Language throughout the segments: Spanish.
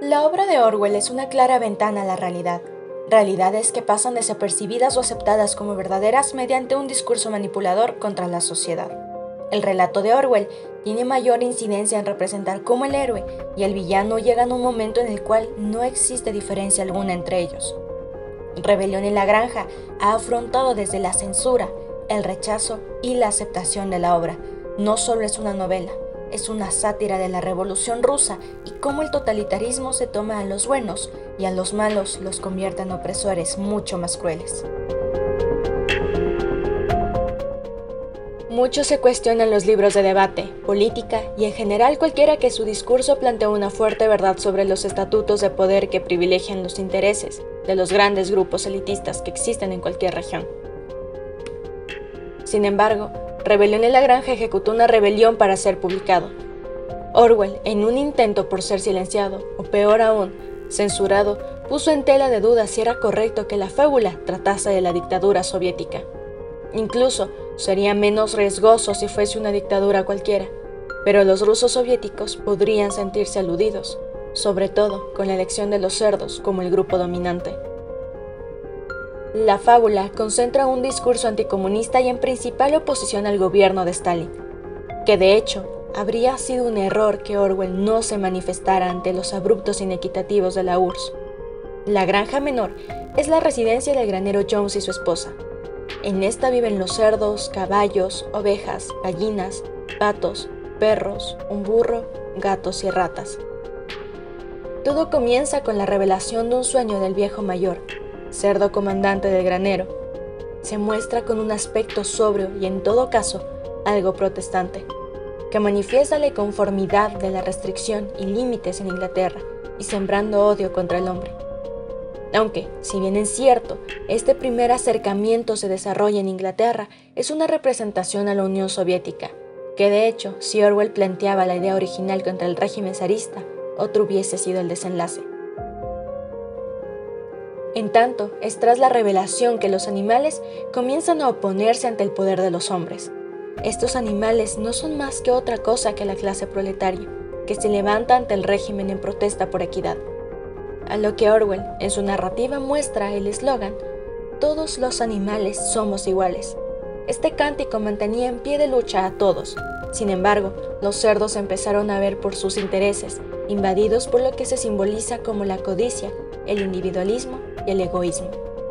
La obra de Orwell es una clara ventana a la realidad, realidades que pasan desapercibidas o aceptadas como verdaderas mediante un discurso manipulador contra la sociedad. El relato de Orwell tiene mayor incidencia en representar cómo el héroe y el villano llegan a un momento en el cual no existe diferencia alguna entre ellos. Rebelión en la Granja ha afrontado desde la censura, el rechazo y la aceptación de la obra. No solo es una novela, es una sátira de la Revolución Rusa y cómo el totalitarismo se toma a los buenos y a los malos los convierte en opresores mucho más crueles. Muchos se cuestionan los libros de debate, política y en general cualquiera que su discurso plantee una fuerte verdad sobre los estatutos de poder que privilegian los intereses de los grandes grupos elitistas que existen en cualquier región. Sin embargo, Rebelión en la Granja ejecutó una rebelión para ser publicado. Orwell, en un intento por ser silenciado, o peor aún, censurado, puso en tela de duda si era correcto que la fábula tratase de la dictadura soviética. Incluso, sería menos riesgoso si fuese una dictadura cualquiera, pero los rusos soviéticos podrían sentirse aludidos, sobre todo con la elección de los cerdos como el grupo dominante. La fábula concentra un discurso anticomunista y en principal oposición al gobierno de Stalin, que de hecho habría sido un error que Orwell no se manifestara ante los abruptos inequitativos de la URSS. La Granja Menor es la residencia del granero Jones y su esposa. En esta viven los cerdos, caballos, ovejas, gallinas, patos, perros, un burro, gatos y ratas. Todo comienza con la revelación de un sueño del viejo mayor, cerdo comandante del granero. Se muestra con un aspecto sobrio y en todo caso algo protestante, que manifiesta la inconformidad de la restricción y límites en Inglaterra y sembrando odio contra el hombre. Aunque, si bien es cierto, este primer acercamiento se desarrolla en Inglaterra, es una representación a la Unión Soviética, que de hecho, si Orwell planteaba la idea original contra el régimen zarista, otro hubiese sido el desenlace. En tanto, es tras la revelación que los animales comienzan a oponerse ante el poder de los hombres. Estos animales no son más que otra cosa que la clase proletaria, que se levanta ante el régimen en protesta por equidad. A lo que Orwell, en su narrativa, muestra el eslogan «Todos los animales somos iguales». Este cántico mantenía en pie de lucha a todos. Sin embargo, los cerdos empezaron a ver por sus intereses, invadidos por lo que se simboliza como la codicia, el individualismo y el egoísmo.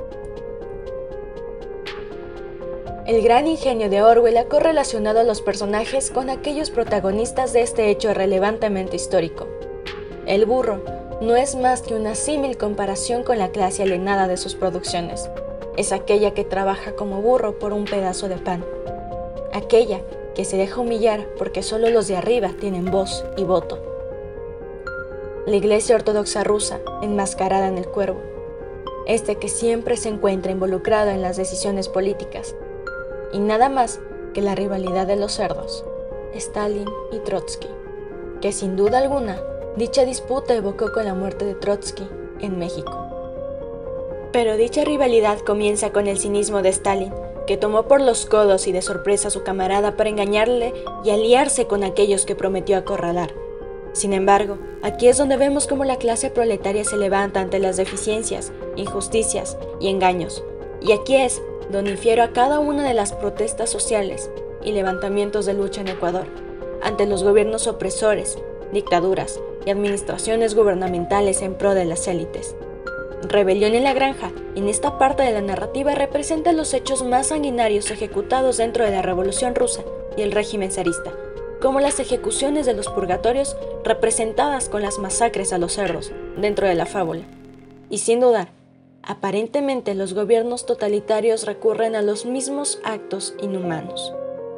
El gran ingenio de Orwell ha correlacionado a los personajes con aquellos protagonistas de este hecho relevantemente histórico. El burro no es más que una símil comparación con la clase alienada de sus producciones. Es aquella que trabaja como burro por un pedazo de pan. Aquella que se deja humillar porque solo los de arriba tienen voz y voto. La Iglesia Ortodoxa rusa, enmascarada en el cuervo. Este que siempre se encuentra involucrado en las decisiones políticas. Y nada más que la rivalidad de los cerdos, Stalin y Trotsky, que sin duda alguna, dicha disputa evocó con la muerte de Trotsky en México. Pero dicha rivalidad comienza con el cinismo de Stalin, que tomó por los codos y de sorpresa a su camarada para engañarle y aliarse con aquellos que prometió acorralar. Sin embargo, aquí es donde vemos cómo la clase proletaria se levanta ante las deficiencias, injusticias y engaños. Y aquí es donde infiero a cada una de las protestas sociales y levantamientos de lucha en Ecuador, ante los gobiernos opresores, dictaduras y administraciones gubernamentales en pro de las élites. Rebelión en la Granja, en esta parte de la narrativa, representa los hechos más sanguinarios ejecutados dentro de la Revolución Rusa y el régimen zarista, como las ejecuciones de los purgatorios representadas con las masacres a los cerdos dentro de la fábula. Y sin dudar, aparentemente los gobiernos totalitarios recurren a los mismos actos inhumanos.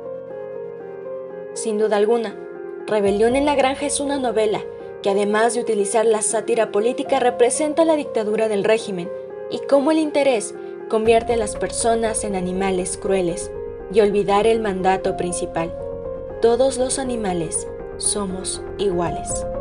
Sin duda alguna, Rebelión en la Granja es una novela que además de utilizar la sátira política representa la dictadura del régimen y cómo el interés convierte a las personas en animales crueles y olvidar el mandato principal. Todos los animales somos iguales.